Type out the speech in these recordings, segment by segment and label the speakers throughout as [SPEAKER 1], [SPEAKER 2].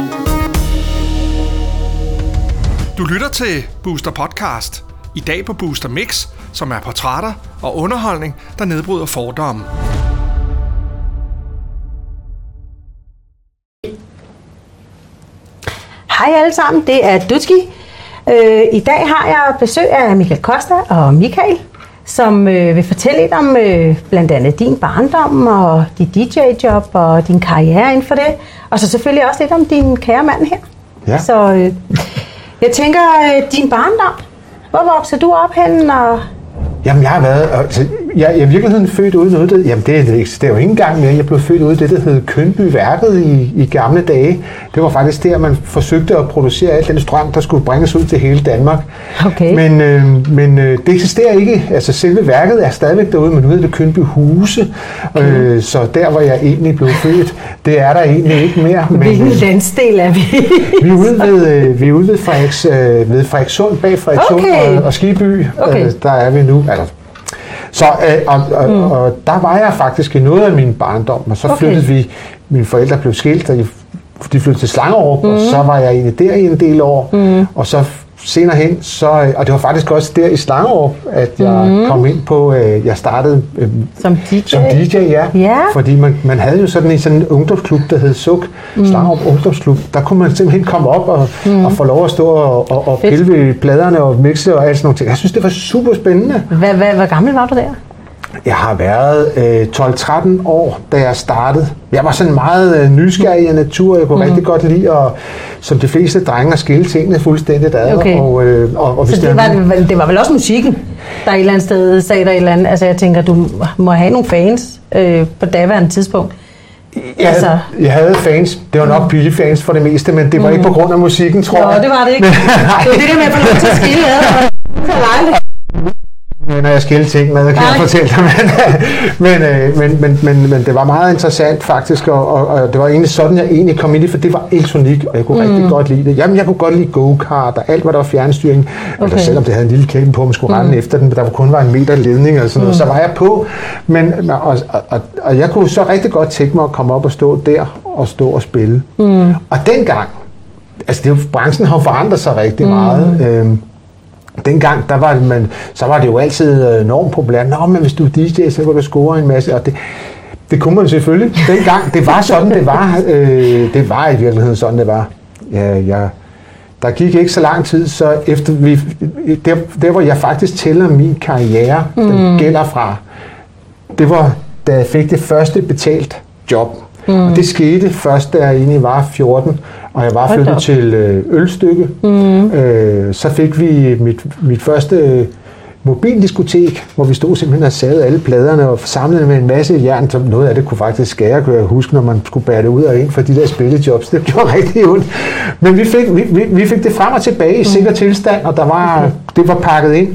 [SPEAKER 1] Du lytter til Booster Podcast. I dag på Booster Mix, som er portrætter og underholdning, der nedbryder fordomme.
[SPEAKER 2] Hej alle sammen, det er Dutski. I dag har jeg besøg af Michael Costa og Michael, som vil fortælle lidt om blandt andet din barndom og dit DJ-job og din karriere inden for det. Og så selvfølgelig også lidt om din kære mand her.
[SPEAKER 3] Ja.
[SPEAKER 2] Så jeg tænker, din barndom, hvor voksede du op henne? Og
[SPEAKER 3] Jamen, jeg har været, jeg er i virkeligheden født ude i noget, jamen det eksisterer jo ikke engang mere. Jeg blev født ude i det, der hed Kønbyværket i gamle dage. Det var faktisk der, man forsøgte at producere al den strøm, der skulle bringes ud til hele Danmark.
[SPEAKER 2] Okay.
[SPEAKER 3] Men det eksisterer ikke. Altså, selve værket er stadigvæk derude, men nu hedder det Kønbyhuse. Okay. Så der, hvor jeg egentlig blev født, det er der egentlig ikke mere.
[SPEAKER 2] Hvilken landsdel er vi?
[SPEAKER 3] Vi er ude ved Frederikssund, bag Frederikssund og Skiby.
[SPEAKER 2] Okay.
[SPEAKER 3] Der er vi nu. Altså. Så, og der var jeg faktisk i noget af min barndom, og så flyttede vi, mine forældre blev skilt, og de flyttede til Slangerup, og så var jeg egentlig der i en del år, og så senere hen, og det var faktisk også der i Slangerup, at jeg kom ind på, jeg startede
[SPEAKER 2] som DJ,
[SPEAKER 3] ja. Fordi man havde jo sådan en ungdomsklub, der hed SUK, Slangerup Ungdomsklub. Der kunne man simpelthen komme op og få lov at stå og pille ved pladerne og mixe og alt sådan nogle ting. Jeg synes, det var super spændende.
[SPEAKER 2] Hvor gammel var du der?
[SPEAKER 3] Jeg har været 12-13 år, da jeg startede. Jeg var sådan meget nysgerrig af natur. Jeg kunne rigtig godt lide, som de fleste drenge, at skille tingene fuldstændigt ad.
[SPEAKER 2] Okay.
[SPEAKER 3] Og
[SPEAKER 2] så det var vel også musikken, der et eller andet sted sagde der et eller andet. Altså jeg tænker, du må have nogle fans på daværende tidspunkt.
[SPEAKER 3] Jeg havde fans. Det var nok pigefans for det meste, men det var ikke på grund af musikken, tror jeg.
[SPEAKER 2] Nå, det var det ikke. Det var det der med at få lov til at skille ad.
[SPEAKER 3] Når jeg skilte ting med, kan jeg fortælle dig. Men det var meget interessant faktisk, og det var egentlig sådan, jeg egentlig kom ind i, for det var elektronik, og jeg kunne rigtig godt lide det. Jamen, jeg kunne godt lide go-kart og alt, hvad der var fjernstyring. Okay. Altså, selvom det havde en lille kæmpe på, man skulle rende efter den, men der kun var 1 meter ledning og sådan noget, så var jeg på. Og jeg kunne så rigtig godt tænke mig at komme op og stå der og stå og spille. Og dengang, altså branchen har forandret sig rigtig meget. Dengang, så var det jo altid enormt populært. Nå, men hvis du er DJ, så kan du score en masse. Og det kunne man selvfølgelig. Dengang, det var sådan, det var. Det var i virkeligheden sådan, det var. Der gik ikke så lang tid, så efter der hvor jeg faktisk tæller min karriere, den gælder fra, det var, da jeg fik det første betalt job. Og det skete først, da jeg egentlig var 14, og jeg var flyttet til Ølstykke. Så fik vi mit første mobildiskotek, hvor vi stod simpelthen og sad alle pladerne og samlede med en masse jern, så noget af det kunne faktisk skære, kunne jeg huske, når man skulle bære det ud og ind for de der spillejobs. Det gjorde rigtig ondt. Men vi fik det frem og tilbage i sikker tilstand, og det var pakket ind.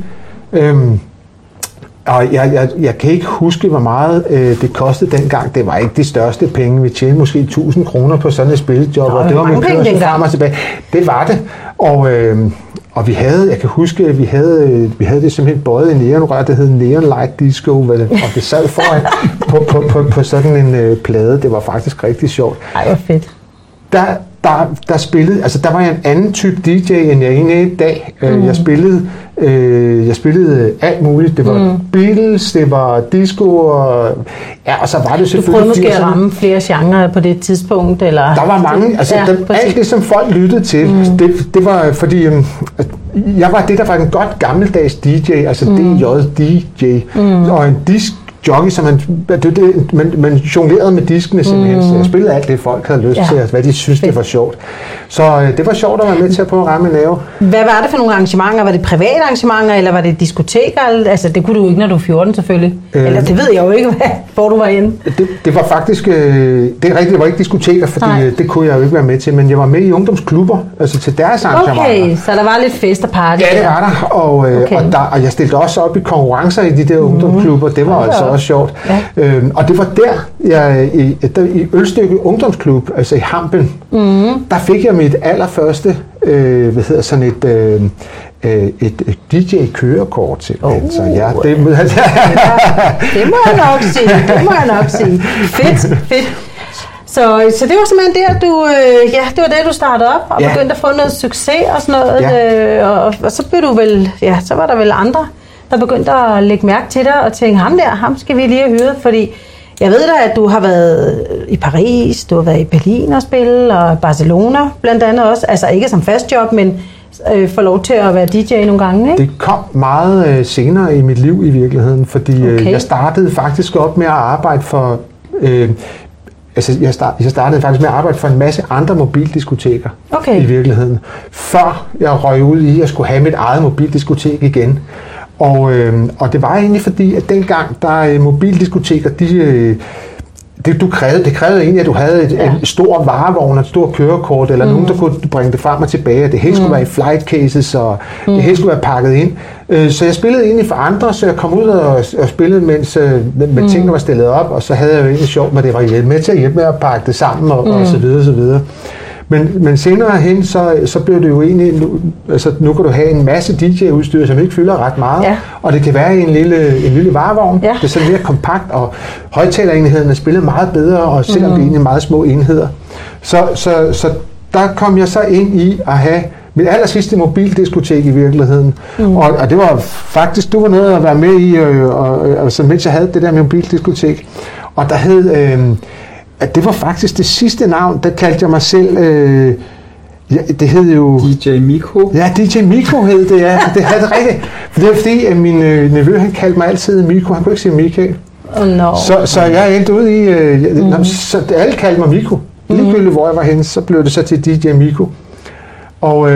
[SPEAKER 3] Og jeg kan ikke huske, hvor meget det kostede dengang. Det var ikke de største penge. Vi tjente måske 1.000 kroner på sådan et spillejob, og det var med kørsel frem og tilbage. Det var det. Og jeg kan huske, at vi havde det simpelthen bøjet i neonrør, det hed Neon Light Disco, og det sad foran på sådan en plade. Det var faktisk rigtig sjovt.
[SPEAKER 2] Ej, hvor fedt.
[SPEAKER 3] Der spillede, altså der var jeg en anden type DJ, end jeg egentlig er i dag. Jeg spillede alt muligt. Det var Beatles, det var disco, og så var det selvfølgelig...
[SPEAKER 2] Du prøvede måske at ramme flere genrer på det tidspunkt, eller... Der
[SPEAKER 3] var mange, alt det, som folk lyttede til, det var fordi... jeg var det, der var en godt gammeldags DJ, altså DJ, og en disk jockey, så man jonglerede med diskene simpelthen. Så jeg spillede alt det, folk havde lyst til, hvad de synes, det var sjovt. Så det var sjovt at være med til at prøve at ramme en nerve.
[SPEAKER 2] Hvad var det for nogle arrangementer? Var det private arrangementer, eller var det diskoteker? Altså, det kunne du ikke, når du var 14 selvfølgelig. Eller det ved jeg jo ikke, hvor du var inde.
[SPEAKER 3] Det var faktisk... det er rigtigt, det var ikke diskoteker, fordi det kunne jeg jo ikke være med til, men jeg var med i ungdomsklubber, altså til deres arrangementer.
[SPEAKER 2] Okay, så der var lidt fest og party.
[SPEAKER 3] Ja, det var der. Og jeg stillede også op i konkurrencer i de der ungdomsklubber. Det var altså også sjovt. Ja. Og det var der, i Ølstykke Ungdomsklub, altså i Hampen, der fik jeg mit allerførste, et DJ-kørekort til. Så ja, det må jeg
[SPEAKER 2] nok sige. Fedt. Så det var simpelthen der, det var det, du startede op, og begyndte at få noget succes og sådan noget. Ja. Og så blev du vel, så var der vel andre, der begyndte at lægge mærke til dig og tænke, ham skal vi lige have hyret, fordi jeg ved da, at du har været i Paris, du har været i Berlin og spille, og Barcelona blandt andet også. Altså ikke som fast job, men få lov til at være DJ nogle gange, ikke?
[SPEAKER 3] Det kom meget senere i mit liv i virkeligheden, fordi jeg startede faktisk op med at arbejde for... jeg startede faktisk med at arbejde for en masse andre mobildiskoteker i virkeligheden, før jeg røg ud i at skulle have mit eget mobildiskotek igen. Og det var egentlig fordi, at dengang der mobildiskoteker, det krævede egentlig, at du havde en stor varevogn, et stort kørekort, eller nogen, der kunne bringe det frem og tilbage, og det hele skulle være i flight cases, og det hele skulle være pakket ind. Så jeg spillede egentlig for andre, så jeg kom ud og spillede, mens tingene var stillet op, og så havde jeg jo egentlig sjovt med, at det var med til at hjælpe med at pakke det sammen, og så videre, så videre. Men senere hen, så blev det jo egentlig, altså nu kan du have en masse DJ-udstyr, som ikke fylder ret meget, og det kan være i en lille varevogn. Det er sådan mere kompakt, og højtalerenheden er spillet meget bedre, og selvom det er egentlig meget små enheder. Så der kom jeg så ind i at have mit aller sidste mobildiskotek i virkeligheden. Og det var faktisk, du var noget at være med i, og mens jeg havde det der mobildiskotek. Og der hed... at det var faktisk det sidste navn, der kaldte jeg mig selv, det hed jo...
[SPEAKER 4] DJ Mikko?
[SPEAKER 3] Ja, DJ Mikko hed det, ja. Det havde det rigtigt. For det var fordi, at min nevø, han kaldte mig altid Mikko, han kunne ikke sige Michael. Så jeg endte ud i, så alle kaldte mig Mikko. Ligegyldigt hvor jeg var henne, så blev det så til DJ Mikko. Og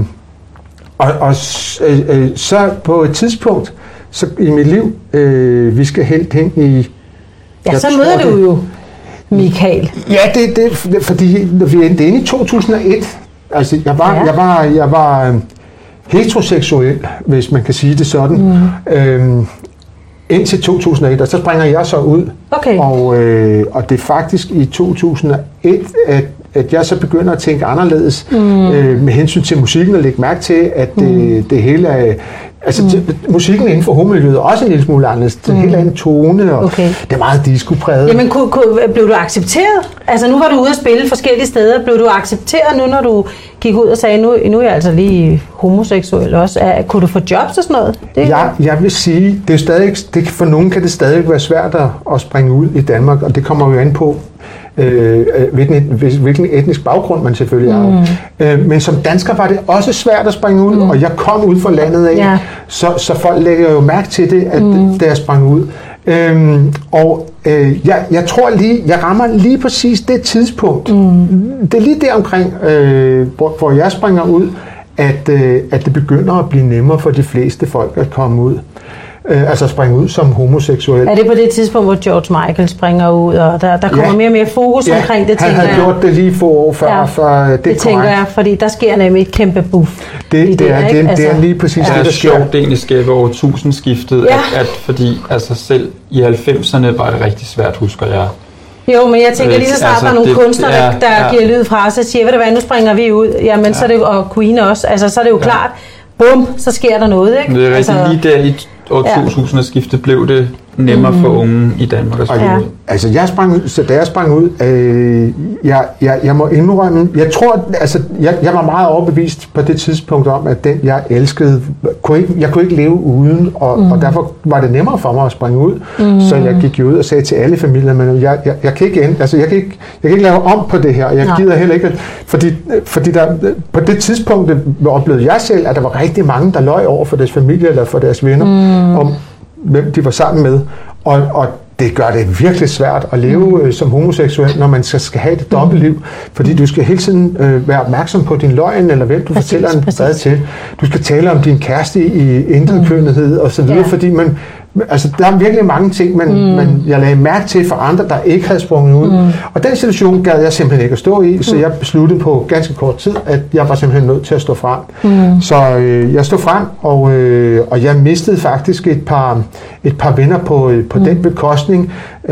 [SPEAKER 3] så på et tidspunkt, så i mit liv, vi skal helt hen i...
[SPEAKER 2] Ja, så møder du jo Michael.
[SPEAKER 3] Ja, det fordi vi endte inde i 2001. Altså, jeg var heteroseksuel, hvis man kan sige det sådan, indtil 2001, og så springer jeg så ud.
[SPEAKER 2] Okay.
[SPEAKER 3] Og det er faktisk i 2001, at jeg så begynder at tænke anderledes med hensyn til musikken, og lægge mærke til, at det hele er... Altså, musikken inden for homomiljøet er også en lille smule anderledes. Det er en helt anden tone, og det er meget disco-præget.
[SPEAKER 2] Jamen, blev du accepteret? Altså, nu var du ude at spille forskellige steder. Blev du accepteret nu, når du gik ud og sagde, nu er jeg altså lige homoseksuel også? Kunne du få jobs og sådan noget?
[SPEAKER 3] Jeg vil sige, det er stadig, for nogen kan det stadig være svært at springe ud i Danmark, og det kommer jo an på, hvilken etnisk baggrund man selvfølgelig har. Men som dansker var det også svært at springe ud, og jeg kom ud fra landet af, så folk lægger jo mærke til det, at da jeg sprang ud. Jeg tror lige, jeg rammer lige præcis det tidspunkt. Det er lige der omkring, hvor jeg springer ud, at det begynder at blive nemmere for de fleste folk at komme ud. Altså springe ud som homoseksuel.
[SPEAKER 2] Er det på det tidspunkt, hvor George Michael springer ud, og der kommer mere og mere fokus omkring det, tænker jeg?
[SPEAKER 3] Han har gjort det lige få år før,
[SPEAKER 2] det tænker jeg, fordi der sker nemlig et kæmpe buff.
[SPEAKER 3] Det er lige præcis det,
[SPEAKER 4] der sker. Det egentlig sker ved årtusindskiftet, at fordi altså selv i 90'erne var det rigtig svært, husker jeg.
[SPEAKER 2] Jo, men jeg tænker lige så snart, der er nogle kunstnere, der giver lyd fra sig og siger, ved du hvad, nu springer vi ud. Jamen, så er det jo, og Queen også, altså så er det jo klart, bum, så sker der noget, ikke?
[SPEAKER 4] Det er rigtig lige der i år 2000-skiftet blev det nemmere for unge i Danmark at spille ud.
[SPEAKER 3] Altså, da jeg sprang ud, jeg må indrømme, jeg tror, altså, jeg var meget overbevist på det tidspunkt om, at den, jeg elskede, jeg kunne ikke leve uden, og derfor var det nemmere for mig at springe ud. Så jeg gik ud og sagde til alle familier, men jeg kan ikke jeg kan ikke lave om på det her, jeg gider heller ikke, fordi der, på det tidspunkt oplevede jeg selv, at der var rigtig mange, der løj over for deres familie eller for deres venner, om hvem de var sammen med, og det gør det virkelig svært at leve som homoseksuel, når man skal have et dobbeltliv, fordi du skal hele tiden være opmærksom på din løgn, eller hvem du fortæller en hvad til. Du skal tale om din kæreste i intetkønnethed og så videre, fordi altså, der er virkelig mange ting, jeg lagde mærke til for andre, der ikke havde sprunget ud. Og den situation gad jeg simpelthen ikke at stå i, så jeg besluttede på ganske kort tid, at jeg var simpelthen nødt til at stå frem. Så jeg stod frem, og jeg mistede faktisk et par venner på den bekostning.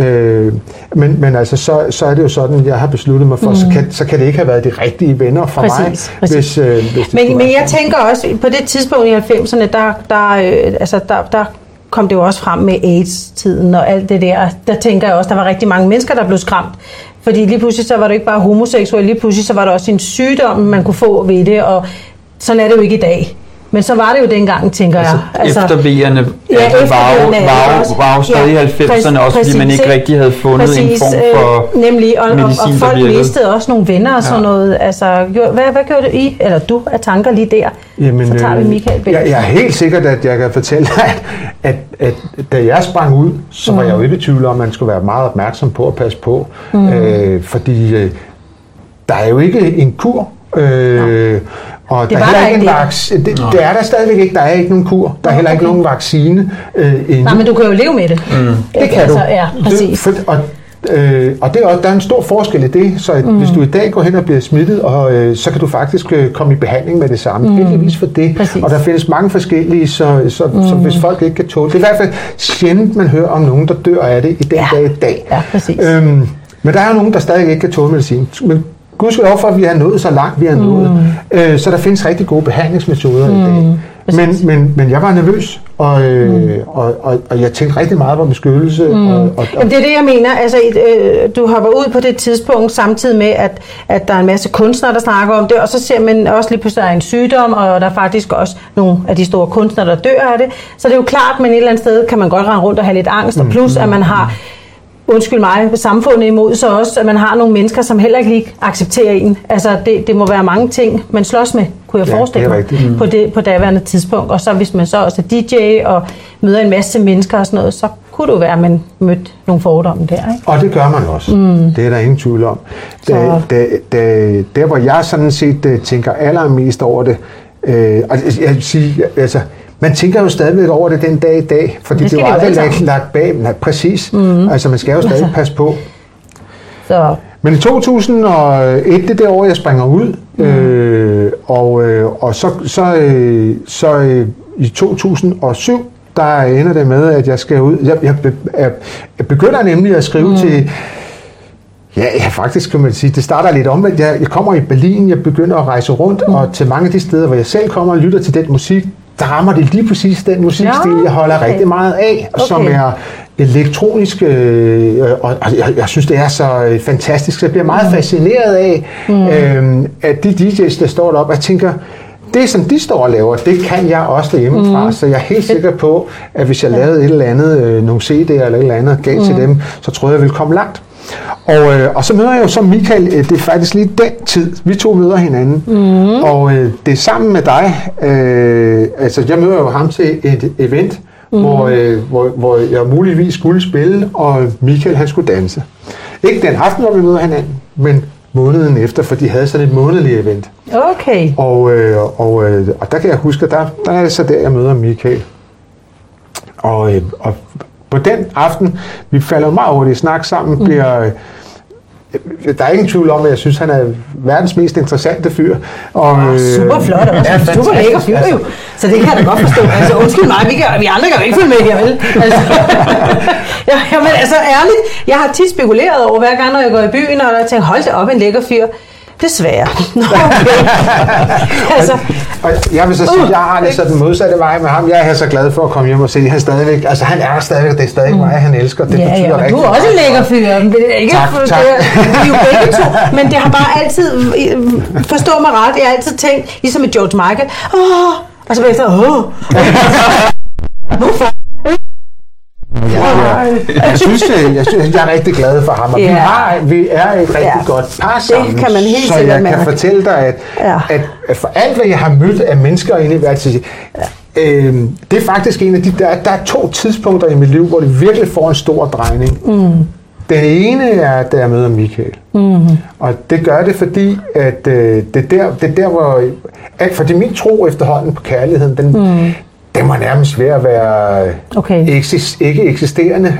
[SPEAKER 3] Men altså, så er det jo sådan, jeg har besluttet mig for, så kan det ikke have været de rigtige venner for mig. Hvis
[SPEAKER 2] men jeg tænker også, på det tidspunkt i 90'erne, der kom det jo også frem med AIDS-tiden og alt det der. Der tænker jeg også, der var rigtig mange mennesker, der blev skræmt Fordi lige pludselig så var du ikke bare homoseksuel, lige pludselig så var der også en sygdom, man kunne få ved det, og sådan er det jo ikke i dag. Men så var det jo dengang, tænker jeg.
[SPEAKER 4] Altså, eftervejerne var jo stadig i 90'erne også, fordi man ikke rigtig havde fundet en form for
[SPEAKER 2] nemlig, og folk
[SPEAKER 4] virkede.
[SPEAKER 2] mistede også nogle venner og sådan noget. Altså, hvad gjorde I, eller du, af tanker lige der?
[SPEAKER 3] Jamen,
[SPEAKER 2] så tager vi Michael Bæk.
[SPEAKER 3] Jeg er helt sikkert, at jeg kan fortælle dig, at da jeg sprang ud, så var jeg jo ikke i tvivl om, at man skulle være meget opmærksom på at passe på. Fordi der er jo ikke en kur. Og der er heller ikke en vaccine. Det er der stadigvæk ikke. Der er ikke nogen kur. Der er heller ikke nogen vaccine endnu.
[SPEAKER 2] Nej, men du kan jo leve med det.
[SPEAKER 3] Det kan du.
[SPEAKER 2] Ja, præcis.
[SPEAKER 3] Og det er også, der er en stor forskel i det, så hvis du i dag går hen og bliver smittet, så kan du faktisk komme i behandling med det samme. Heldigvis for det. Præcis. Og der findes mange forskellige, så hvis folk ikke kan tåle det. Det er i hvert fald sjældent, man hører om nogen, der dør af det i den dag i dag.
[SPEAKER 2] Ja, præcis.
[SPEAKER 3] Men der er nogen, der stadig ikke kan tåle medicin. Men gudskelov for, at vi har nået så langt, vi har nået. Så der findes rigtig gode behandlingsmetoder i dag. Men jeg var nervøs, og jeg tænkte rigtig meget på beskyttelse.
[SPEAKER 2] Jamen, det er det, jeg mener. Altså, du hopper ud på det tidspunkt, samtidig med, at der er en masse kunstnere, der snakker om det, og så ser man også lige pludselig, der er en sygdom, og der er faktisk også nogle af de store kunstnere, der dør af det. Så det er jo klart, men et eller andet sted kan man godt rende rundt og have lidt angst, og plus at man har undskyld mig, samfundet imod, så også, at man har nogle mennesker, som heller ikke lige accepterer en. Altså, det må være mange ting, man slås med, kunne jeg forestille mig, på daværende tidspunkt. Og så hvis man så også er DJ og møder en masse mennesker og sådan noget, så kunne det jo være, at man mødte nogle fordomme der, ikke?
[SPEAKER 3] Og det gør man også. Det er der ingen tvivl om. Der hvor jeg sådan set tænker allermest over det, og jeg vil sige, altså, man tænker jo stadigvæk over det den dag i dag, fordi det er jo aldrig lagt bag. Nej, præcis. Altså, man skal jo stadig passe på. Så. Men i 2001, det er det år, jeg springer ud. Og så i 2007, der ender det med, at jeg skal ud. Jeg begynder nemlig at skrive til... Ja, faktisk kan man sige, det starter lidt omvendt. Jeg kommer i Berlin, jeg begynder at rejse rundt, og til mange af de steder, hvor jeg selv kommer og lytter til den musik, der rammer det lige præcis den musikstil, jeg holder rigtig meget af, som er elektronisk, og jeg synes, det er så fantastisk. Så jeg bliver meget fascineret af, at de DJ's, der står deroppe, jeg tænker, det som de står og laver, det kan jeg også derhjemmefra, så jeg er helt sikker på, at hvis jeg lavede et eller andet, nogle CD'er eller et eller andet, gav til dem, så tror jeg ville komme langt. Og så møder jeg jo så Michael, det er faktisk lige den tid, vi to møder hinanden, og det er sammen med dig, altså jeg møder jo ham til et event, hvor jeg muligvis skulle spille, og Michael han skulle danse. Ikke den aften, hvor vi møder hinanden, men måneden efter, for de havde sådan et månedligt event.
[SPEAKER 2] Okay.
[SPEAKER 3] Og der kan jeg huske, at der er det så der, jeg møder Michael. Og på den aften, vi falder meget hurtigt i snak sammen, bliver... Der er ingen tvivl om, at jeg synes, han er verdens mest interessante fyr.
[SPEAKER 2] Super flot også. Ja, super lækker fyr jo. Så det kan jeg da godt forstå. Altså, undskyld mig, vi andre kan jo ikke følge med her, vel? Altså, men altså ærligt, jeg har tit spekuleret over, hver gang, når jeg går i byen, og jeg tænker, hold da op, en lækker fyr. Desværre. Okay.
[SPEAKER 3] Altså. Og jeg vil så sige, at jeg har det så den modsatte vej med ham. Jeg er så glad for at komme hjem og se, han stadigvæk, altså han er stadigvæk, det er stadig mig, han elsker. Det betyder
[SPEAKER 2] rigtig meget. Du er også en lækker fyr. Ikke tak. Vi er jo begge to, men det har bare altid, forstå mig ret, jeg har altid tænkt, ligesom med George Michael, og så bagefter, hvorfor?
[SPEAKER 3] Jeg synes, jeg er rigtig glad for ham, og vi er et rigtig godt par sammen,
[SPEAKER 2] det kan man helt
[SPEAKER 3] så jeg kan fortælle dig, at for alt, hvad jeg har mødt af mennesker inde i verden, det er faktisk en af de, der er 2 tidspunkter i mit liv, hvor det virkelig får en stor drejning. Den ene er, da jeg møder Michael. Og det gør det, fordi at det er der, hvor... Fordi min tro efterhånden på kærligheden, den var nærmest ved at være ikke eksisterende.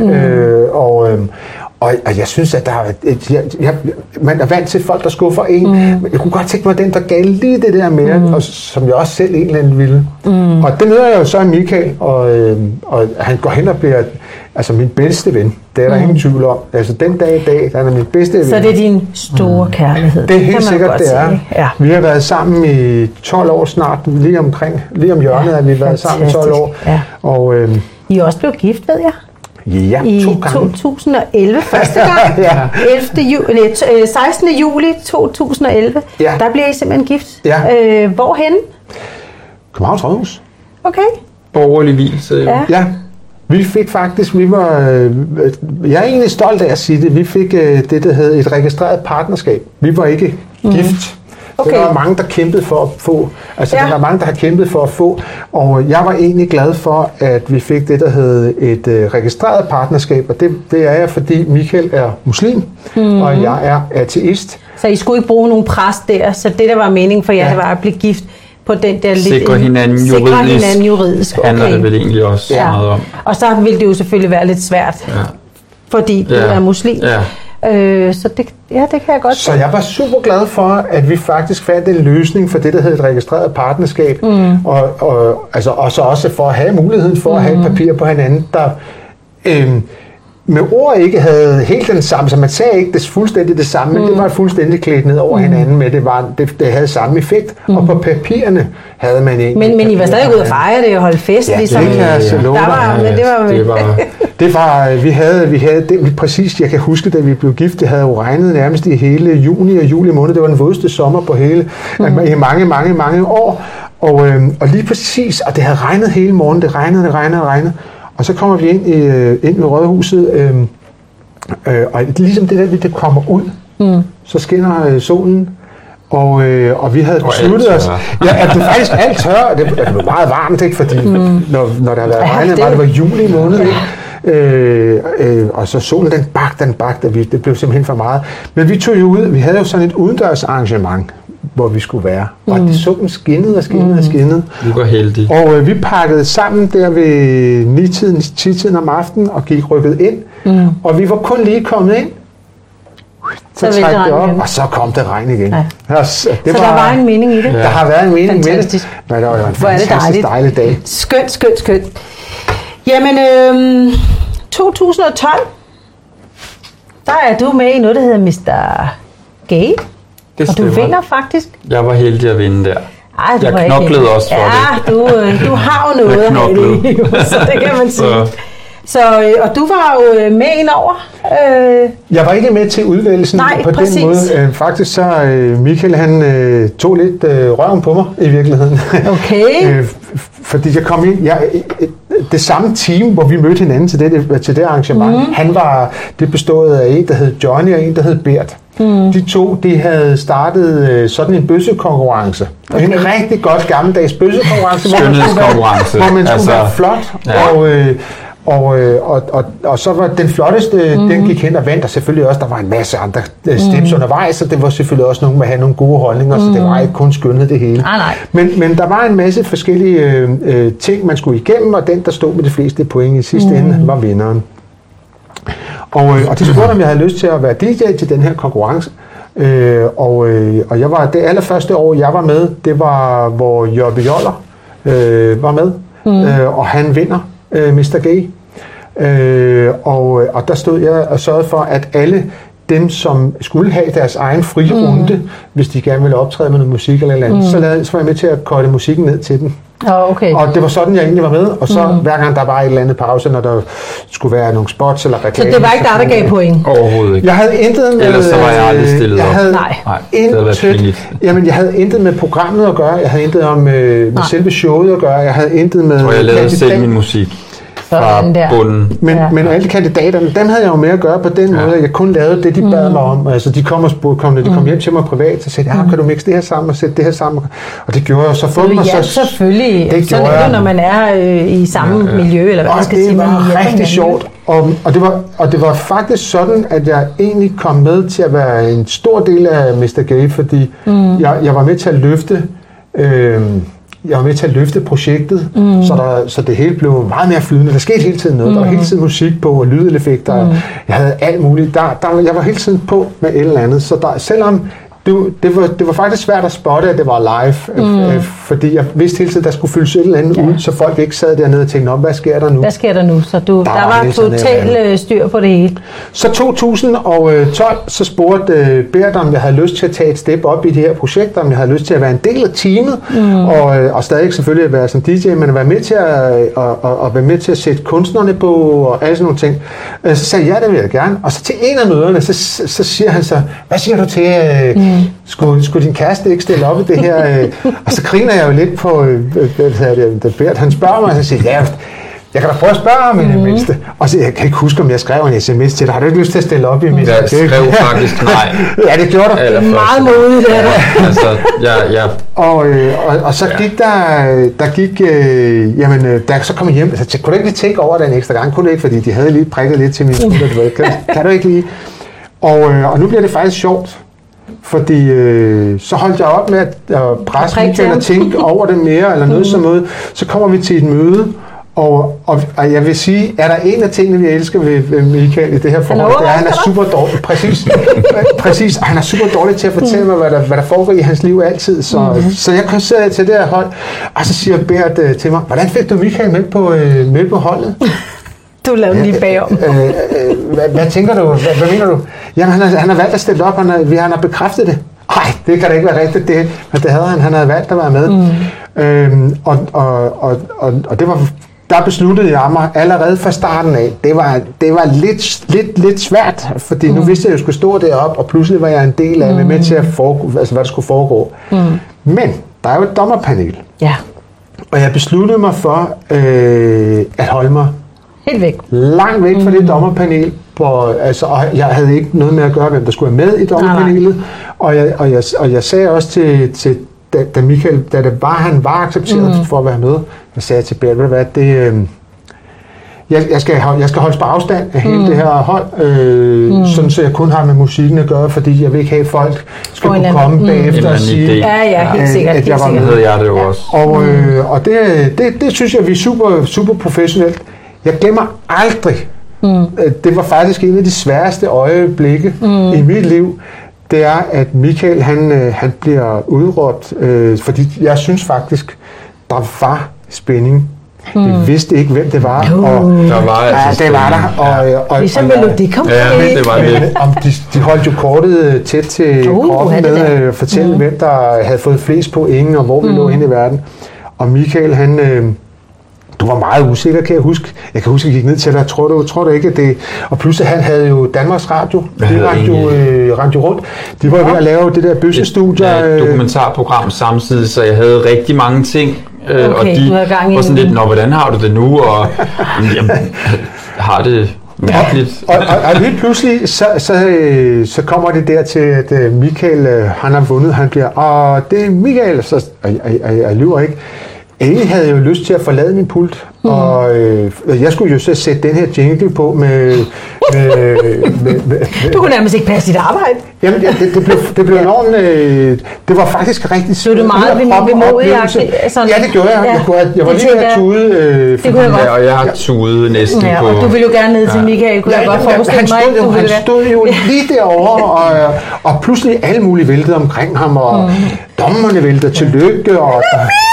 [SPEAKER 3] Og jeg synes, at man er vant til folk, der skuffer en. Jeg kunne godt tænke mig den, der gav lige det der med, og som jeg også selv egentlig ville. Og det møder jeg jo så i Michael, og han går hen og bliver min bedste ven. Det er der ingen tvivl om. Altså den dag i dag, der er min bedste ven.
[SPEAKER 2] Så det er din store kærlighed.
[SPEAKER 3] Det er helt sikkert, det er. Ja. Vi har været sammen i 12 år snart, lige om hjørnet, at vi har været sammen i 12 år.
[SPEAKER 2] Ja. Og, I er også blevet gift, ved jeg.
[SPEAKER 3] Ja,
[SPEAKER 2] i
[SPEAKER 3] 2 gange.
[SPEAKER 2] 2011 første gang.
[SPEAKER 3] Ja.
[SPEAKER 2] 16. juli 2011.
[SPEAKER 3] Ja.
[SPEAKER 2] Der bliver I simpelthen gift.
[SPEAKER 3] Ja.
[SPEAKER 2] Hvorhenne?
[SPEAKER 3] Københavns Rådhus.
[SPEAKER 2] Okay.
[SPEAKER 4] Borgerlig hvilelse.
[SPEAKER 2] Ja.
[SPEAKER 3] Ja, vi fik faktisk, jeg er egentlig stolt af at sige det, vi fik det, der hed et registreret partnerskab. Vi var ikke gift.
[SPEAKER 2] Okay.
[SPEAKER 3] Der var mange, der kæmpede for at få, altså
[SPEAKER 2] Ja.
[SPEAKER 3] der var mange, der har kæmpet for at få, og jeg var egentlig glad for, at vi fik det, der hed et registreret partnerskab, og det er jeg, fordi Michael er muslim, og jeg er ateist.
[SPEAKER 2] Så I skulle ikke bruge nogen præst der, så det, der var meningen for jer, det var at blive gift på den der lidt...
[SPEAKER 4] Sikre hinanden juridisk.
[SPEAKER 2] Okay.
[SPEAKER 4] Handler det vel egentlig også meget om.
[SPEAKER 2] Og så ville det jo selvfølgelig være lidt svært, fordi du er muslim.
[SPEAKER 4] Ja.
[SPEAKER 2] Så det kan jeg godt
[SPEAKER 3] Så jeg var super glad for, at vi faktisk fandt en løsning for det, der hedder et registreret partnerskab, og så også for at have muligheden for at have et papir på hinanden, der med ord ikke havde helt den samme, så man sagde ikke det fuldstændig det samme, men det var fuldstændig klædt ned over hinanden med, det havde samme effekt, og på papirerne havde man ikke.
[SPEAKER 2] Men I var stadig ude at fejre det og holde fest,
[SPEAKER 3] Ja,
[SPEAKER 2] ligesom.
[SPEAKER 3] det kan jeg så love dig. Vi havde det præcis, jeg kan huske, da vi blev gift, det havde jo regnet nærmest i hele juni og juli måned, det var den vådeste sommer på hele, i mange år, og lige præcis, og det havde regnet hele morgen, det regnede, og så kommer vi ind i Rådhuset, og ligesom det kommer ud, så skinner solen, og vi havde besluttet os, at det faktisk alt tør, det var meget varmt, ikke, fordi når der havde været regnet, det var juli måned, ikke? Og så solen den bagte, og det blev simpelthen for meget. Men vi tog jo ud, vi havde jo sådan et udendørs arrangement, hvor vi skulle være. Og det solen skinnede.
[SPEAKER 4] Vi var heldige.
[SPEAKER 3] Og vi pakkede sammen der ved 10-tiden om aftenen og gik rykket ind. Og vi var kun lige kommet ind. Så træk det op, og så kom det regn igen.
[SPEAKER 2] Ja. Så der var en mening i det.
[SPEAKER 3] Der har været en mening med det. Men det var jo en fantastisk dejlig dag.
[SPEAKER 2] Skønt. Jamen, 2012, der er du med i noget, der hedder Mr. Gay.
[SPEAKER 4] Det
[SPEAKER 2] og du vinder faktisk.
[SPEAKER 4] Jeg var heldig at vinde der.
[SPEAKER 2] Ej,
[SPEAKER 4] jeg knoklede også for det.
[SPEAKER 2] Ja, du har jo noget her, så det kan man sige. Så, og du var jo med ind over.
[SPEAKER 3] Jeg var ikke med til udvælgelsen på
[SPEAKER 2] præcis.
[SPEAKER 3] Den måde. Faktisk så Michael, han tog lidt røven på mig i virkeligheden.
[SPEAKER 2] Okay.
[SPEAKER 3] Fordi jeg kom ind, det samme team, hvor vi mødte hinanden til det arrangement, det bestod af en, der hed Johnny, og en, der hed Bert. De to, de havde startet sådan en bøssekonkurrence. Okay. En rigtig godt gammeldags bøssekonkurrence, hvor man skulle være flot. Ja. Og så var den flotteste, den gik hen og vandt, og selvfølgelig også, der var en masse andre steps undervejs, og det var selvfølgelig også nogen, der havde nogle gode holdninger, så det var ikke kun skønhed det hele. Men der var en masse forskellige ting, man skulle igennem, og den, der stod med de fleste point i sidste ende, var vinderen. Og de spurgte, om jeg havde lyst til at være DJ til den her konkurrence. Og jeg var det allerførste år, jeg var med, det var, hvor Jørbe Joller var med, og han vinder Mr. Gay. Og der stod jeg og sørgede for, at alle dem, som skulle have deres egen frie runde, hvis de gerne ville optræde med noget musik eller andet, så var jeg med til at korte musikken ned til dem.
[SPEAKER 2] Okay.
[SPEAKER 3] Og det var sådan, jeg egentlig var med, og så hver gang der var et eller andet pause, når der skulle være nogle spots eller reklamer.
[SPEAKER 2] Så det var ikke der gav point?
[SPEAKER 4] Overhovedet ikke.
[SPEAKER 3] Jeg havde intet med...
[SPEAKER 4] Ellers så var jeg aldrig stillet op.
[SPEAKER 2] Nej,
[SPEAKER 4] det havde været pinligt.
[SPEAKER 3] Jamen, jeg havde intet med programmet at gøre, jeg havde intet med selve showet at gøre, jeg havde intet med...
[SPEAKER 4] Og jeg lavede selv min musik fra bunden.
[SPEAKER 3] Men alle kandidaterne, dem havde jeg jo med at gøre på den måde, at jeg kun lavede det, de bad mig om. Altså, de kom og spurgte, de kom hjem til mig privat, og sagde, kan du mixe det her sammen og sætte det her sammen? Og det gjorde jeg så for mig.
[SPEAKER 2] Ja, selvfølgelig.
[SPEAKER 3] Det
[SPEAKER 2] sådan er det, når man er i samme miljø, eller hvad man skal sige.
[SPEAKER 3] Det var rigtig sjovt. Og det var faktisk sådan, at jeg egentlig kom med til at være en stor del af Mr. Gay, fordi jeg var med til at løfte... Jeg var med til at løfte projektet, så det hele blev meget mere flydende. Der skete hele tiden noget. Der var hele tiden musik på, og lydeffekter. Jeg havde alt muligt. Jeg var hele tiden på med et eller andet. Så selvom det var faktisk svært at spotte, at det var live, fordi jeg vidste hele tiden, der skulle fyldes et eller andet ud, så folk ikke sad dernede og tænkte, hvad sker der nu?
[SPEAKER 2] Hvad sker der nu? Så der var total styr på det hele.
[SPEAKER 3] Så 2012, så spurgte Bert, om jeg havde lyst til at tage et step op i det her projekt, om jeg havde lyst til at være en del af teamet, og stadig selvfølgelig at være som DJ, men at være med til at være med til at sætte kunstnerne på, og alle sådan nogle ting. Så sagde jeg, det vil jeg gerne. Og så til en af møderne, så siger han så, hvad siger du til, skulle din kæreste ikke stille op i det her? Og så griner jeg jo lidt på, Bert, han spørger mig, og så siger jeg kan da prøve at spørge ham i det mindste. Og så, jeg kan ikke huske, om jeg skrev en sms til dig. Har du ikke lyst til at stille op i mit?
[SPEAKER 4] Jeg skrev faktisk nej.
[SPEAKER 3] Ja, det gjorde du.
[SPEAKER 2] Meget modigt, det
[SPEAKER 4] der. Altså,
[SPEAKER 3] Og så gik så kom jeg hjem, så kunne du ikke lige tænke over det en ekstra gang? Kunne du ikke, fordi de havde lige prikket lidt til min skulder. Kan du ikke lige? Og nu bliver det faktisk sjovt. Fordi så holdt jeg op med at presse Michael og tænke over det mere, eller noget som noget. Så kommer vi til et møde, og jeg vil sige, er der en af tingene, vi elsker ved Michael i det her forhold, det er, at han er super dårlig. Præcis. Han er super dårlig til at fortælle mig, hvad der foregår i hans liv altid. Så jeg kom til det her hold, og så siger Bert til mig, hvordan fik du Michael med på holdet?
[SPEAKER 2] Du lavede lige bagom.
[SPEAKER 3] Hvad tænker du? Hvad mener du? Jamen, han har valgt at stille op, han har bekræftet det. Nej, det kan da ikke være rigtigt, men det havde han. Han havde valgt at være med. Og det var, der besluttede jeg mig allerede fra starten af. Det var lidt svært, fordi nu vidste jeg, at jeg skulle stå deroppe, og pludselig var jeg en del af med til at hvad der skulle foregå. Men der er jo et dommerpanel.
[SPEAKER 2] Ja.
[SPEAKER 3] Og jeg besluttede mig for at holde mig
[SPEAKER 2] helt væk.
[SPEAKER 3] Langt væk fra det dommerpanel. Og jeg havde ikke noget med at gøre, hvem der skulle være med i dommerpanelet. Og jeg sagde også til da Michael, han var accepteret for at være med, jeg sagde til Bert, hvad jeg skal holdes på afstand af hele det her hold, sådan så jeg kun har med musikken at gøre, fordi jeg vil ikke have, at folk skal kunne komme bagefter og sige,
[SPEAKER 2] helt sikkert,
[SPEAKER 3] at jeg var med.
[SPEAKER 4] Det jeg det jo også.
[SPEAKER 3] Og det synes jeg, vi er super, super professionelt. Jeg glemmer aldrig. Det var faktisk en af de sværeste øjeblikke i mit liv. Det er, at Michael han bliver udråbt, fordi jeg synes faktisk, der var spænding. Vi vidste ikke, hvem det var. Og
[SPEAKER 4] der var altså
[SPEAKER 2] det var der. Og ligesom Melodi kom
[SPEAKER 4] det var det.
[SPEAKER 3] De holdt jo kortet tæt til kroppen med at fortælle, hvem der havde fået flest point, og hvor vi lå inde i verden. Og Michael, du var meget usikker, kan jeg huske. Jeg kan huske, at jeg gik ned til dig. Tror du ikke, at det... Og pludselig, han havde jo Danmarks Radio. De rendte rundt. De var ved at lave det der bøssestudier.
[SPEAKER 4] Et dokumentarprogram samtidig, så jeg havde rigtig mange ting. Og de var sådan lidt, hvordan har du det nu? Og jeg har det mærkeligt.
[SPEAKER 3] Og lige pludselig, så kommer det der til, at Michael, han har vundet. Han bliver, og det er Michael. Så, jeg lyver ikke. Jeg havde jo lyst til at forlade min pult, og jeg skulle jo så sætte den her jingle på med
[SPEAKER 2] du kunne nærmest ikke passe dit arbejde.
[SPEAKER 3] Jamen, det blev enormt... det var faktisk rigtig
[SPEAKER 2] svært. Du meget vemodigagtigt?
[SPEAKER 3] Ja, det gjorde jeg. Jeg var lige ved at tude.
[SPEAKER 4] Og jeg har tudet næsten på...
[SPEAKER 2] Og du ville jo gerne ned til Michael, kunne jeg godt forestille mig.
[SPEAKER 3] Han stod jo lige derovre, og pludselig alle mulige væltede omkring ham, og dommerne væltede tillykke, og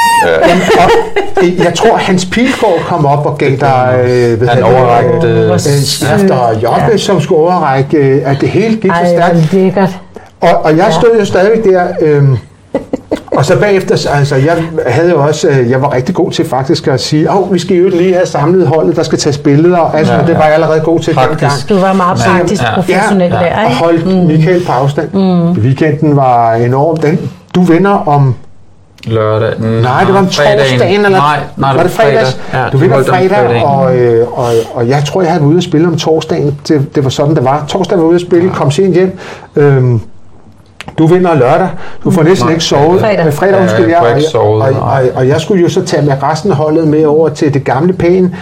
[SPEAKER 3] jeg tror, Hans Pilgaard kom op og gav dig
[SPEAKER 4] han overrækte
[SPEAKER 3] skrift og Jobbe, som skulle overrække, at det hele gik så stærkt. Og jeg stod jo stadigvæk der, og så bagefter, altså jeg var rigtig god til faktisk at sige, vi skal jo lige have samlet holdet, der skal tages billeder, og altså, det var jeg allerede god til dengang.
[SPEAKER 2] Du var meget praktisk professionel der, ikke?
[SPEAKER 3] Og holdt Michael på afstand. Weekenden var enorm. Du vinder om
[SPEAKER 4] lørdag.
[SPEAKER 3] Nej, det var om torsdagen, eller
[SPEAKER 4] nej,
[SPEAKER 3] var det fredags? Ja, du vinder fredag, og jeg tror, jeg havde været ude at spille om torsdagen. Det var sådan, det var. Torsdag var ude at spille, kom sent hjem. Du vinder lørdag. Du får næsten ikke sovet. Fredag undskyld jeg. Og jeg skulle jo så tage med resten af holdet med over til det gamle pæn,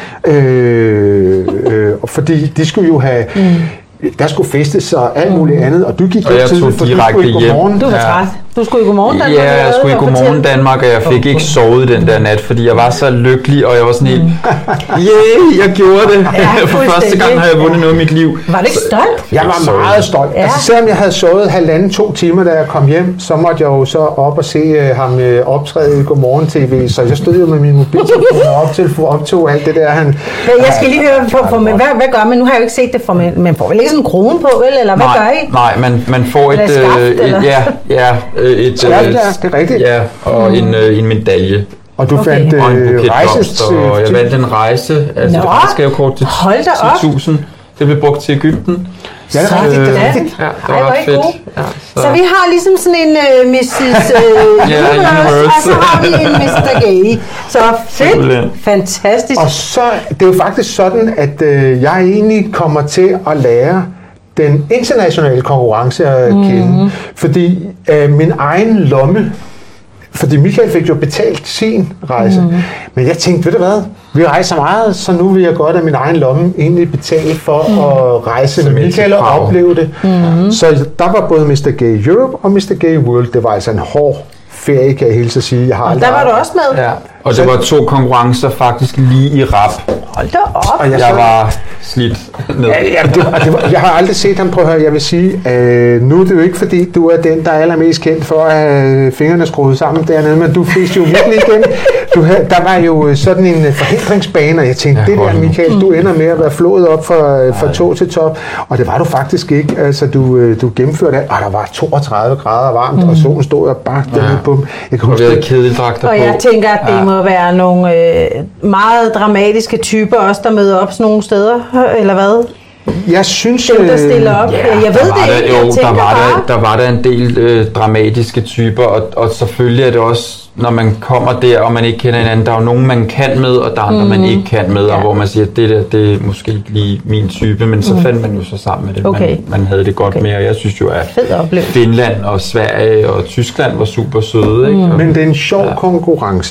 [SPEAKER 3] fordi de skulle jo have... Der skulle festes og alt muligt andet, og du gik
[SPEAKER 4] jo tidligt, for du skulle ikke på morgen.
[SPEAKER 2] Du var træt. Du skulle i Godmorgen Danmark?
[SPEAKER 4] Ja, jeg skulle i Godmorgen Danmark, og jeg fik ikke sovet den der nat, fordi jeg var så lykkelig, og jeg var sådan helt, jeg gjorde det. For første gang har jeg vundet noget i mit liv.
[SPEAKER 2] Var du ikke stolt?
[SPEAKER 3] Jeg var meget stolt. Ja. Altså selvom jeg havde sovet 1,5-2 timer, da jeg kom hjem, så måtte jeg jo så op og se ham optræde i Godmorgen TV, så jeg stod jo med min mobiltelefon og optog alt det der. Jeg
[SPEAKER 2] skal lige høre, hvad gør man? Nu har jeg jo ikke set det, for man får vel ikke sådan en krone på, eller hvad gør I?
[SPEAKER 4] Nej, man får et
[SPEAKER 3] det er rigtigt.
[SPEAKER 4] Ja, og en medalje.
[SPEAKER 3] Og du fandt
[SPEAKER 4] rejses... Og jeg vandt en rejse, altså det rejsegavekort til 10.000. Det blev brugt til Egypten.
[SPEAKER 3] Ja, det er rigtigt.
[SPEAKER 4] Ja, det var ret fedt. Ja,
[SPEAKER 2] så vi har ligesom sådan en Mrs.
[SPEAKER 4] Universe,
[SPEAKER 2] og så har vi en Mr. Gay. Så fedt. Fantastisk.
[SPEAKER 3] Og så, det er jo faktisk sådan, at jeg egentlig kommer til at lære den internationale konkurrence at kende. Fordi min egen lomme, fordi Michael fik jo betalt sin rejse, men jeg tænkte, ved du hvad, vi rejser meget, så nu vil jeg godt af min egen lomme egentlig betale for at rejse med Michael og opleve det. Så der var både Mr. Gay Europe og Mr. Gay World. Det var altså en hård ferie, kan jeg hilse at sige.
[SPEAKER 2] Og der var du også med?
[SPEAKER 4] Ja, og det var 2 konkurrencer faktisk lige i rap.
[SPEAKER 2] Hold da op.
[SPEAKER 3] Og
[SPEAKER 4] jeg var slidt ned.
[SPEAKER 3] Jeg har aldrig set ham. Prøv at høre, jeg vil sige, nu er det jo ikke fordi, du er den, der er allermest kendt for at have fingrene skruet sammen dernede, men du fik jo virkelig igen. Der var jo sådan en forhindringsbane, og jeg tænkte, det der, Michael, du ender med at være flået op fra tå til top, og det var du faktisk ikke. Altså, du gennemførte det, og der var 32 grader varmt, og solen stod og bagte ned på dem. Jeg kan huske det.
[SPEAKER 4] Kedeldragter på.
[SPEAKER 2] Og jeg tænker, at det må være nogle meget dramatiske typer også, der møder op sådan nogle steder, eller hvad?
[SPEAKER 3] Jeg synes...
[SPEAKER 2] Dem, der stiller op. Jeg ved det ikke.
[SPEAKER 4] Jo, der var der en del dramatiske typer, og selvfølgelig er det også, når man kommer der, og man ikke kender hinanden, der er jo nogen, man kan med, og der er andre, man ikke kan med, og hvor man siger, at det der, det er måske ikke lige min type, men så fandt man jo så sammen med det.
[SPEAKER 2] Okay.
[SPEAKER 4] Man havde det godt med, og jeg synes jo, at Finland og Sverige og Tyskland var super søde. Ikke?
[SPEAKER 3] Men det er en sjov konkurrence.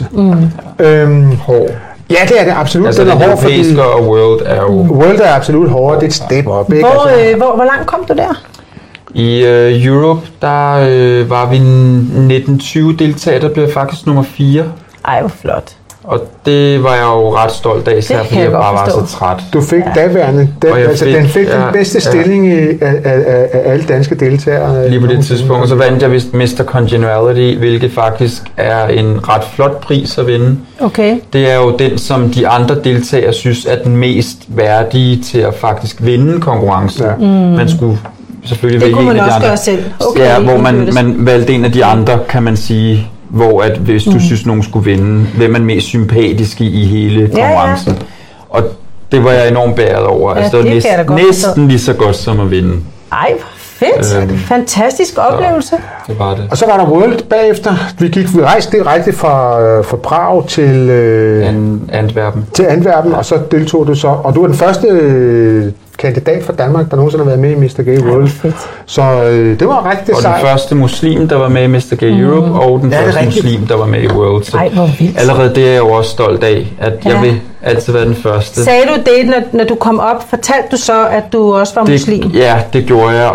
[SPEAKER 3] Hård. Ja, det er det absolut.
[SPEAKER 4] Altså, den europæiske og World er jo...
[SPEAKER 3] World er absolut hårdere, det er et step up, ikke?
[SPEAKER 2] Hvor langt kom du der?
[SPEAKER 4] I Europe, der var vi 19-20 deltagere, der blev faktisk nummer 4.
[SPEAKER 2] Ej, hvor flot.
[SPEAKER 4] Og det var jeg jo ret stolt af, især fordi jeg bare var så træt.
[SPEAKER 3] Du fik daværende, den fik den bedste stilling af alle danske deltagere.
[SPEAKER 4] Lige på det tidspunkt, og så vandt jeg vist Mr. Congeniality, hvilket faktisk er en ret flot pris at vinde.
[SPEAKER 2] Okay.
[SPEAKER 4] Det er jo den, som de andre deltagere synes er den mest værdige til at faktisk vinde konkurrencen. Ja. Man skulle selvfølgelig vælge en af de andre. Det kunne man også gøre selv. Okay, ja, hvor man valgte en af de andre, kan man sige, hvor at hvis du synes, nogen skulle vinde, hvem er mest sympatisk i hele konkurrencen. Ja. Og det var jeg enormt bæret over. Ja, altså, det var næsten lige så godt som at vinde.
[SPEAKER 2] Ej, hvor fedt. Fantastisk oplevelse.
[SPEAKER 4] Det var det.
[SPEAKER 3] Og så var der World bagefter. Vi rejste direkte fra Prag til
[SPEAKER 4] Antwerpen.
[SPEAKER 3] Til Antwerpen, og så deltog du så. Og du var den første kandidat fra Danmark, der nogensinde har været med i Mr. Gay World. Så det var rigtig
[SPEAKER 4] sejt. Og den første muslim, der var med i Mr. Gay Europe, og den første muslim, der var med i World. Så allerede det er jeg jo også stolt af, at jeg vil altid være den første.
[SPEAKER 2] Sagde du det, når du kom op? Fortalte du så, at du også var muslim?
[SPEAKER 4] Ja, det gjorde jeg.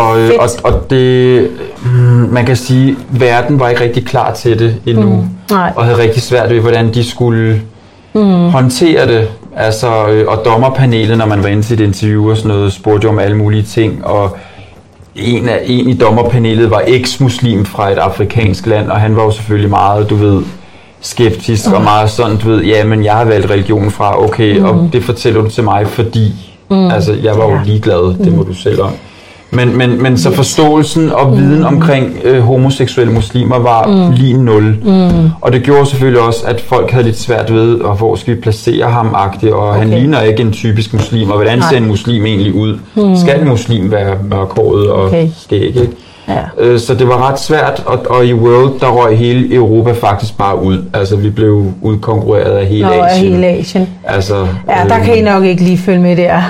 [SPEAKER 4] Og det, man kan sige, verden var ikke rigtig klar til det endnu. Og havde rigtig svært ved, hvordan de skulle håndtere det. Altså, og dommerpanelet, når man var inde til et interview og sådan noget, spurgte jo om alle mulige ting, og en i dommerpanelet var eks-muslim fra et afrikansk land, og han var jo selvfølgelig meget, du ved, skeptisk og meget sådan, du ved, ja, men jeg har valgt religion fra, okay, og det fortæller du til mig, fordi, altså, jeg var jo ligeglad, det må du selv om. Men så forståelsen og viden omkring homoseksuelle muslimer var lige 0. Og det gjorde selvfølgelig også, at folk havde lidt svært ved, og hvor skal vi placere ham-agtigt, og han ligner ikke en typisk muslim, og hvordan ser en muslim egentlig ud? Skal en muslim være mørkhåret og skæg, ikke? Ja. Så det var ret svært, og i World, der røg hele Europa faktisk bare ud. Altså, vi blev udkonkurreret af hele Asien. Altså,
[SPEAKER 2] der kan I nok ikke lige følge med der.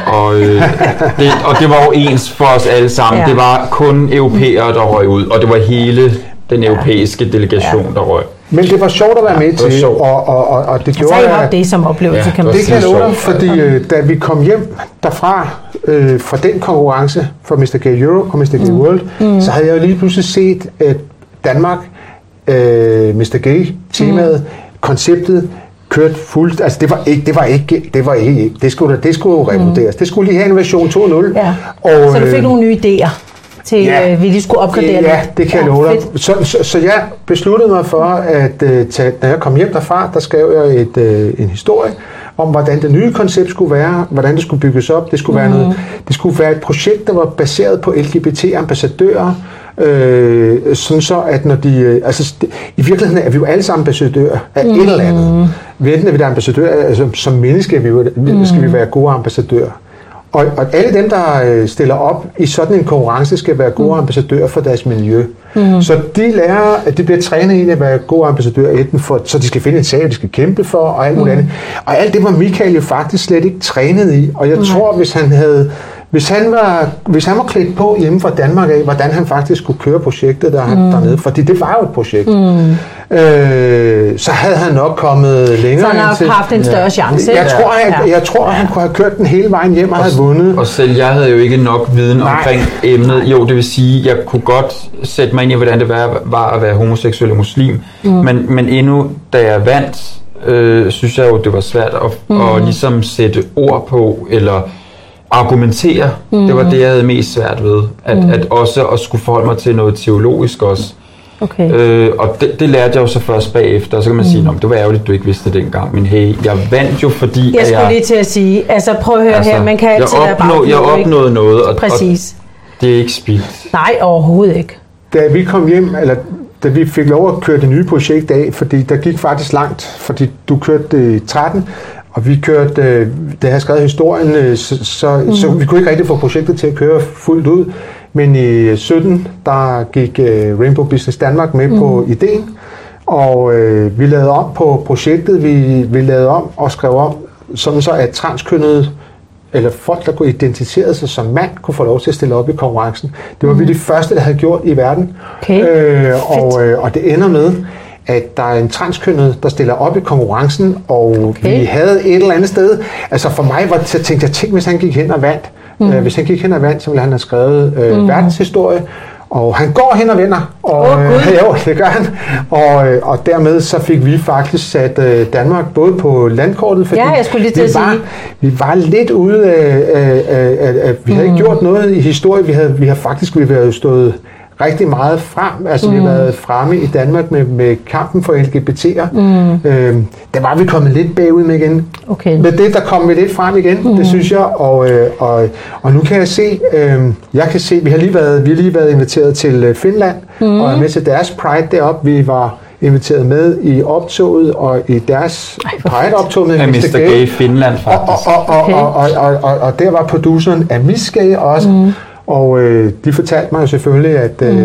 [SPEAKER 4] Og det var jo ens for os alle sammen. Det var kun europæere, der røg ud, og det var hele den europæiske delegation, der røg.
[SPEAKER 3] Men det var sjovt at være med til, og det gjorde
[SPEAKER 2] jeg... det som oplevelse, kan man sige.
[SPEAKER 3] Det kan jeg love, fordi da vi kom hjem derfra, fra den konkurrence for Mr. Gay Europe og Mr. Gay World, så havde jeg jo lige pludselig set, at Danmark, Mr. Gay, temaet, konceptet, kørt fuldt, altså det skulle jo revurderes. Det skulle lige have en version 2.0
[SPEAKER 2] Ja. Og, så du fik nogle nye idéer til, vi lige skulle opgradere det?
[SPEAKER 3] Ja, det kan jeg love dig. Så jeg besluttede mig for, at da jeg kom hjem derfra, der skrev jeg en historie om, hvordan det nye koncept skulle være, hvordan det skulle bygges op. Det skulle være noget, det skulle være et projekt, der var baseret på LGBT-ambassadører, sådan så, at når de... i virkeligheden er vi jo alle sammen ambassadører af et eller andet. Enten er vi der ambassadører, altså som mennesker skal vi være gode ambassadører. Og alle dem, der stiller op i sådan en konkurrence, skal være gode ambassadører for deres miljø. Så de lærer, at de bliver trænet i at være gode ambassadører, så de skal finde en sag, de skal kæmpe for, og alt muligt andet. Og alt det var Michael jo faktisk slet ikke trænet i. Og jeg tror, hvis han var klædt på hjemme fra Danmark af, hvordan han faktisk skulle køre projektet dernede, fordi det var jo et projekt, så havde han nok kommet længere.
[SPEAKER 2] Så han har haft en større chance.
[SPEAKER 3] Jeg tror, han kunne have kørt den hele vejen hjem og havde vundet.
[SPEAKER 4] Og selv jeg havde jo ikke nok viden omkring emnet. Jo, det vil sige, jeg kunne godt sætte mig ind i, hvordan det var at være homoseksuel og muslim. Men endnu da jeg vandt, synes jeg jo, det var svært at ligesom sætte ord på, eller argumentere. Det var det, jeg havde mest svært ved. At også at skulle forholde mig til noget teologisk også.
[SPEAKER 2] Okay.
[SPEAKER 4] Og det lærte jeg jo så først bagefter, og så kan man sige, det var ærgerligt, du ikke vidste det dengang, men hey, jeg vandt jo, fordi
[SPEAKER 2] jeg skulle lige til at sige, altså prøv at høre her, man kan altid være bagklog.
[SPEAKER 4] Jeg opnåede noget, og det er ikke spildt.
[SPEAKER 2] Nej, overhovedet ikke.
[SPEAKER 3] Da vi kom hjem, eller da vi fik lov at køre det nye projekt af, fordi der gik faktisk langt, fordi du kørte det i 13, og vi kørte, da jeg skrev historien, så vi kunne ikke rigtig få projektet til at køre fuldt ud. Men i 17, der gik Rainbow Business Danmark med på ideen, og vi lavede om på projektet, vi lavede om og skrev om, sådan så at transkønnede, eller folk, der kunne identificere sig som mand, kunne få lov til at stille op i konkurrencen. Det var vi de første, der havde gjort i verden.
[SPEAKER 2] Okay.
[SPEAKER 3] Og det ender med, at der er en transkønnet, der stiller op i konkurrencen, og vi havde et eller andet sted. Altså for mig tænkte jeg, hvis han gik hen og vandt. Hvis han gik hen og vandt, så ville han have skrevet verdenshistorie. Og han går hen og vinder. Og jo, det gør han. Og dermed så fik vi faktisk sat Danmark både på landkortet, fordi
[SPEAKER 2] jeg skulle lige til at sige.
[SPEAKER 3] Vi var lidt ude af vi havde ikke gjort noget i historie. Vi havde stået rigtig meget frem. Altså vi har været fremme i Danmark med kampen for LGBT'er. Der var vi kommet lidt bagud med igen.
[SPEAKER 2] Okay.
[SPEAKER 3] Med det, der kom vi lidt frem igen, det synes jeg. Og nu kan jeg se, vi har lige været inviteret til Finland, og er med til deres Pride deroppe. Vi var inviteret med i optoget, og i deres Pride-optog med Mr. Gay.
[SPEAKER 4] Finland faktisk.
[SPEAKER 3] Og der var produceren af Miss Gay også. Og de fortalte mig jo selvfølgelig,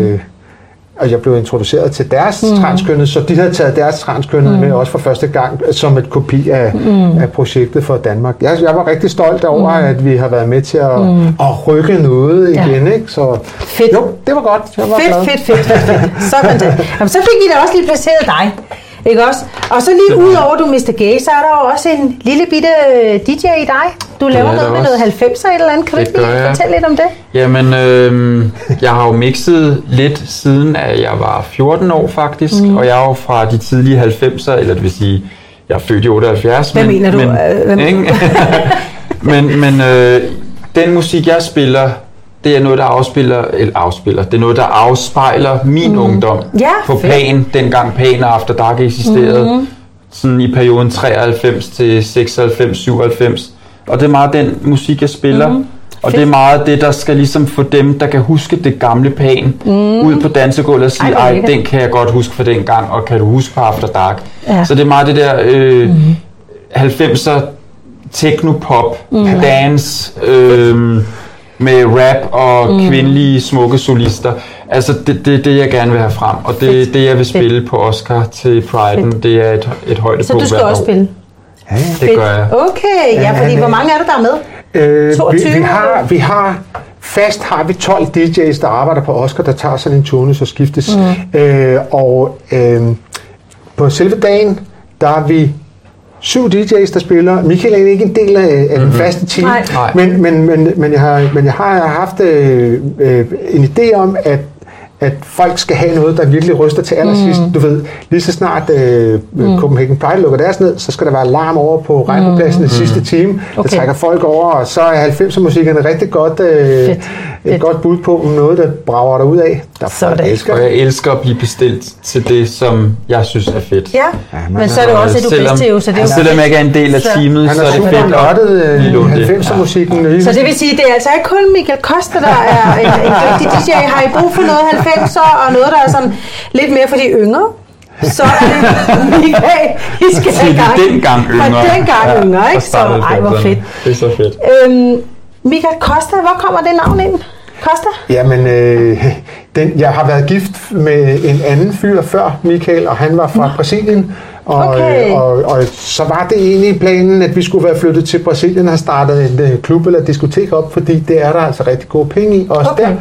[SPEAKER 3] at jeg blev introduceret til deres transkønnede, så de havde taget deres transkønnede med også for første gang som et kopi af projektet for Danmark. Jeg var rigtig stolt over, at vi har været med til at rykke noget igen. Ikke? Så
[SPEAKER 2] fedt.
[SPEAKER 3] Jo, det var godt. Jeg var glad.
[SPEAKER 2] Fedt. Så fantastisk. Jamen, så fik vi da også lige placeret dig. Ikke også? Og så lige udover du Mr. Gay, så er der jo også en lille bitte DJ i dig. Du laver noget med noget 90'er eller andet. Kan du ikke lige fortælle lidt om det?
[SPEAKER 4] Jamen, jeg har jo mixet lidt siden, at jeg var 14 år faktisk. Og jeg er jo fra de tidlige 90'er, eller det vil sige, jeg er født i 78.
[SPEAKER 2] Hvad mener du?
[SPEAKER 4] Men den musik, jeg spiller, det er noget, der det er noget, der afspejler min ungdom på Pan, dengang Pan og After Dark eksisterede, sådan i perioden 93 til 96, 97. Og det er meget den musik, jeg spiller, og det er meget det, der skal ligesom få dem, der kan huske det gamle Pan, ud på dansegulvet og sige, den kan jeg godt huske fra dengang, og kan du huske på After Dark? Ja. Så det er meget det der 90'er techno-pop, dance, med rap og kvindelige smukke solister. Altså det jeg gerne vil have frem, og det jeg vil spille på Oscar til Pride'en, det er et højdepunkt.
[SPEAKER 2] Så du skal også spille?
[SPEAKER 4] Ja, det gør jeg.
[SPEAKER 2] Okay, fordi hvor mange er der med? 22?
[SPEAKER 3] Vi har 12 DJ's, der arbejder på Oscar, der tager sådan en turnus og skiftes. På selve dagen, der er vi 7 DJ's, der spiller. Michael er ikke en del af den faste team, men jeg har haft en idé om, at folk skal have noget, der virkelig ryster til allersidst. Du ved, lige så snart Copenhagen Pride lukker deres ned, så skal der være alarm over på Regnbuepladsen i sidste time. Okay. Der trækker folk over, og så er 90'er-musikken et rigtig godt, godt bud på noget, der brager dig ud af.
[SPEAKER 4] Og jeg elsker at blive bestilt til det, som jeg synes er fedt.
[SPEAKER 2] Ja, men så er det også, at du bedst til jo.
[SPEAKER 4] Selvom jeg ikke er en del af teamet, så er det fedt at
[SPEAKER 3] 90'er-musikken.
[SPEAKER 2] Så det vil sige, det er altså ikke kun Michael Costa, der er en dygtig DJ. Har I brug for noget 90'er, og noget, der er sådan lidt mere for de yngre? Så er det Michael, I skal have gang.
[SPEAKER 4] Dengang
[SPEAKER 2] yngre, ikke? Så ej, hvor fedt.
[SPEAKER 4] Det er så fedt.
[SPEAKER 2] Michael Costa, hvor kommer det navn ind? Costa?
[SPEAKER 3] Jamen, jeg har været gift med en anden fyr før, Michael, og han var fra Brasilien. Og så var det egentlig planen, at vi skulle være flyttet til Brasilien og have startet en klub eller diskotek op, fordi det er der altså rigtig gode penge i, også der.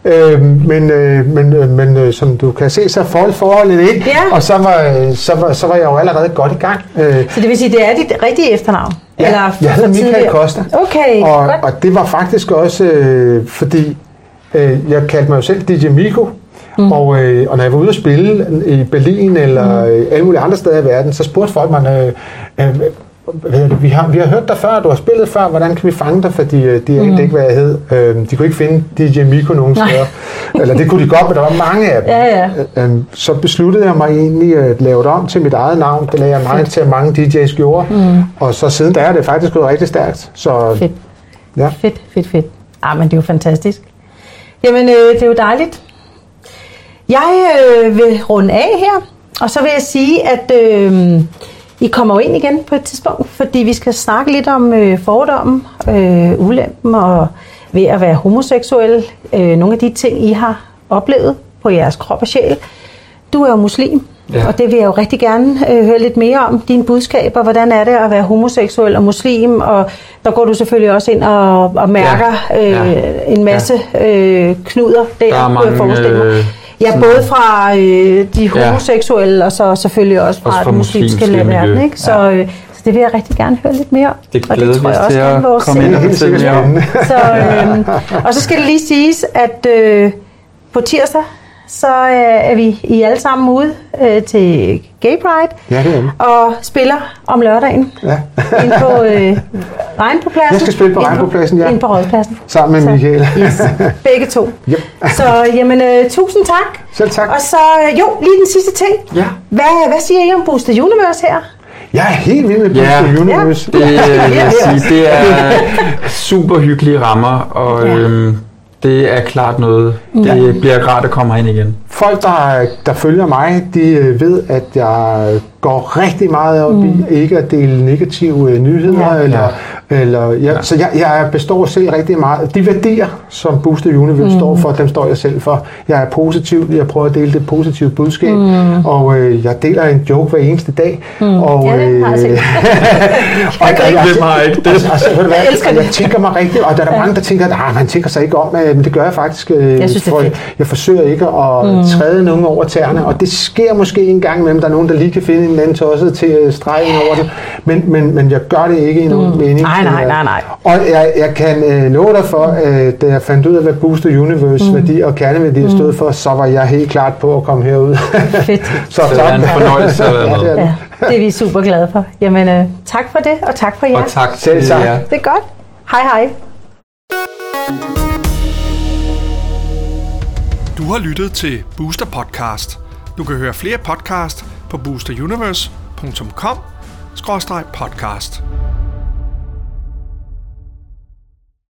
[SPEAKER 3] Men som du kan se, så forholdet ikke, og så var jeg jo allerede godt i gang.
[SPEAKER 2] Så det vil sige, det er dit rigtige efternavn?
[SPEAKER 3] Ja, eller jeg hedder Michael Costa.
[SPEAKER 2] Okay,
[SPEAKER 3] og det var faktisk også, fordi jeg kaldte mig jo selv DJ Miko. Og når jeg var ude at spille i Berlin eller alle mulige andre steder i verden, så spurgte folk mig, vi har hørt dig før, du har spillet før, hvordan kan vi fange dig, fordi de anede ikke, hvad jeg hed. De kunne ikke finde DJ Miko nogen steder. Eller det kunne de godt, men der var mange af dem. Så besluttede jeg mig egentlig at lave det om til mit eget navn. Det lagde jeg meget til, at mange DJ's gjorde. Og så siden der er det faktisk gået rigtig stærkt. Så,
[SPEAKER 2] fedt.
[SPEAKER 3] Ja.
[SPEAKER 2] Fedt. Men det er jo fantastisk. Jamen, det er jo dejligt. Jeg vil runde af her, og så vil jeg sige, at I kommer jo ind igen på et tidspunkt, fordi vi skal snakke lidt om fordomme, ulempen og ved at være homoseksuel. Nogle af de ting, I har oplevet på jeres krop og sjæl. Du er jo muslim, og det vil jeg jo rigtig gerne høre lidt mere om. Dine budskaber, hvordan er det at være homoseksuel og muslim, og der går du selvfølgelig også ind og mærker en masse knuder der, kunne jeg forestille mig. Ja, både fra de homoseksuelle, og så selvfølgelig også fra den muslimske verden, ikke? Så det vil jeg rigtig gerne høre lidt mere om.
[SPEAKER 4] Det glæder vi os til at komme ind og fortælle mere om.
[SPEAKER 2] Og så skal det lige siges, at på tirsdag, så er vi I alle sammen ude til Gay Pride, og spiller om lørdagen ind på Regnbuepladsen.
[SPEAKER 3] Jeg skal spille på Regnbuepladsen,
[SPEAKER 2] Ind på Rådspladsen.
[SPEAKER 3] Sammen med Michael.
[SPEAKER 2] Yes, begge to.
[SPEAKER 3] Yep.
[SPEAKER 2] Så jamen, tusind tak.
[SPEAKER 3] Selv tak.
[SPEAKER 2] Og så lige den sidste ting.
[SPEAKER 3] Ja.
[SPEAKER 2] Hvad siger I om Booster Universe her?
[SPEAKER 3] Jeg er helt vild med Booster Universe.
[SPEAKER 4] Det er super hyggelige rammer, og det er klart noget. Det bliver rart at komme herind igen.
[SPEAKER 3] Folk, der følger mig, de ved, at jeg går rigtig meget op i ikke at dele negative nyheder. Så jeg består selv rigtig meget. De værdier, som Booster Universe står for, dem står jeg selv for. Jeg er positiv. Jeg prøver at dele det positive budskab. Og jeg deler en joke hver eneste dag. Og, jeg tænker mig rigtigt, og der er mange, der tænker, at man tænker sig ikke om, men det gør jeg faktisk. Jeg forsøger ikke at træde nogen over tæerne, og det sker måske en gang imellem, der er nogen, der lige kan finde en anden tosset til stregen over det, men jeg gør det ikke i nogen mening.
[SPEAKER 2] Nej.
[SPEAKER 3] Og jeg kan love dig for, da jeg fandt ud af, hvad Booster Universe værdi og kerneværdier stod for, så var jeg helt klart på at komme herud.
[SPEAKER 2] Fedt.
[SPEAKER 3] Så
[SPEAKER 4] det er en fornøjelse at være med.
[SPEAKER 2] Det er vi super glade for. Jamen, tak for det, og tak for jer.
[SPEAKER 4] Og tak
[SPEAKER 3] til jer.
[SPEAKER 2] Det er godt. Hej.
[SPEAKER 1] Du har lyttet til Booster Podcast. Du kan høre flere podcast på boosteruniverse.com/podcast.